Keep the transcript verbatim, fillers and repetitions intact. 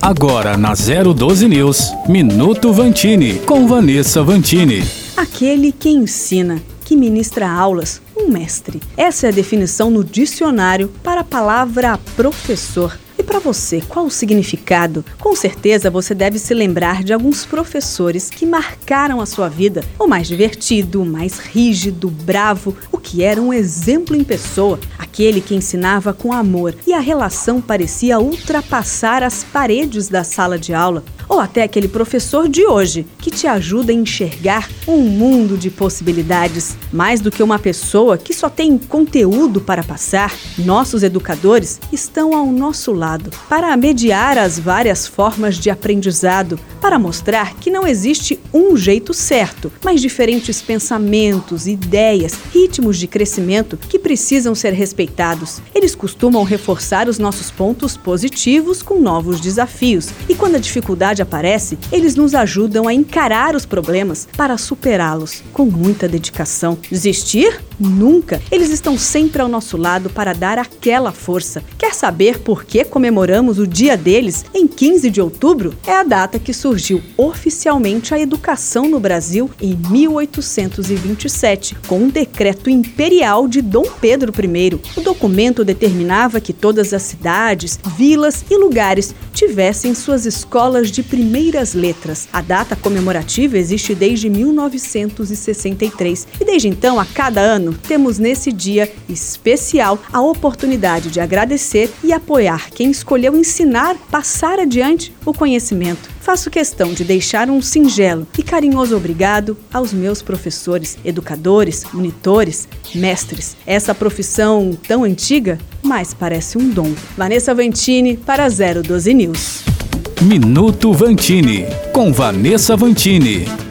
Agora na zero doze News, Minuto Vantini, com Vanessa Vantini. Aquele que ensina, que ministra aulas, um mestre. Essa é a definição no dicionário para a palavra professor. E para você, qual o significado? Com certeza você deve se lembrar de alguns professores que marcaram a sua vida. O mais divertido, o mais rígido, bravo, o que era um exemplo em pessoa. Aquele que ensinava com amor e a relação parecia ultrapassar as paredes da sala de aula. Ou até aquele professor de hoje, que te ajuda a enxergar um mundo de possibilidades. Mais do que uma pessoa que só tem conteúdo para passar, nossos educadores estão ao nosso lado para mediar as várias formas de aprendizado, para mostrar que não existe um jeito certo, mas diferentes pensamentos, ideias, ritmos de crescimento que precisam ser respeitados. Eles costumam reforçar os nossos pontos positivos com novos desafios, e quando a dificuldade aparece, eles nos ajudam a encarar os problemas para superá-los com muita dedicação. Desistir? Nunca! Eles estão sempre ao nosso lado para dar aquela força. Quer saber por que comemoramos o dia deles em quinze de outubro? É a data que surgiu oficialmente a educação no Brasil em mil oitocentos e vinte e sete, com um decreto imperial de Dom Pedro I. O documento determinava que todas as cidades, vilas e lugares tivessem suas escolas de primeiras letras. A data comemorativa existe desde mil novecentos e sessenta e três e desde então, a cada ano, temos nesse dia especial a oportunidade de agradecer e apoiar quem escolheu ensinar, passar adiante o conhecimento. Faço questão de deixar um singelo e carinhoso obrigado aos meus professores, educadores, monitores, mestres. Essa profissão tão antiga, mas parece um dom. Vanessa Vantini para zero doze News. Minuto Vantini, com Vanessa Vantini.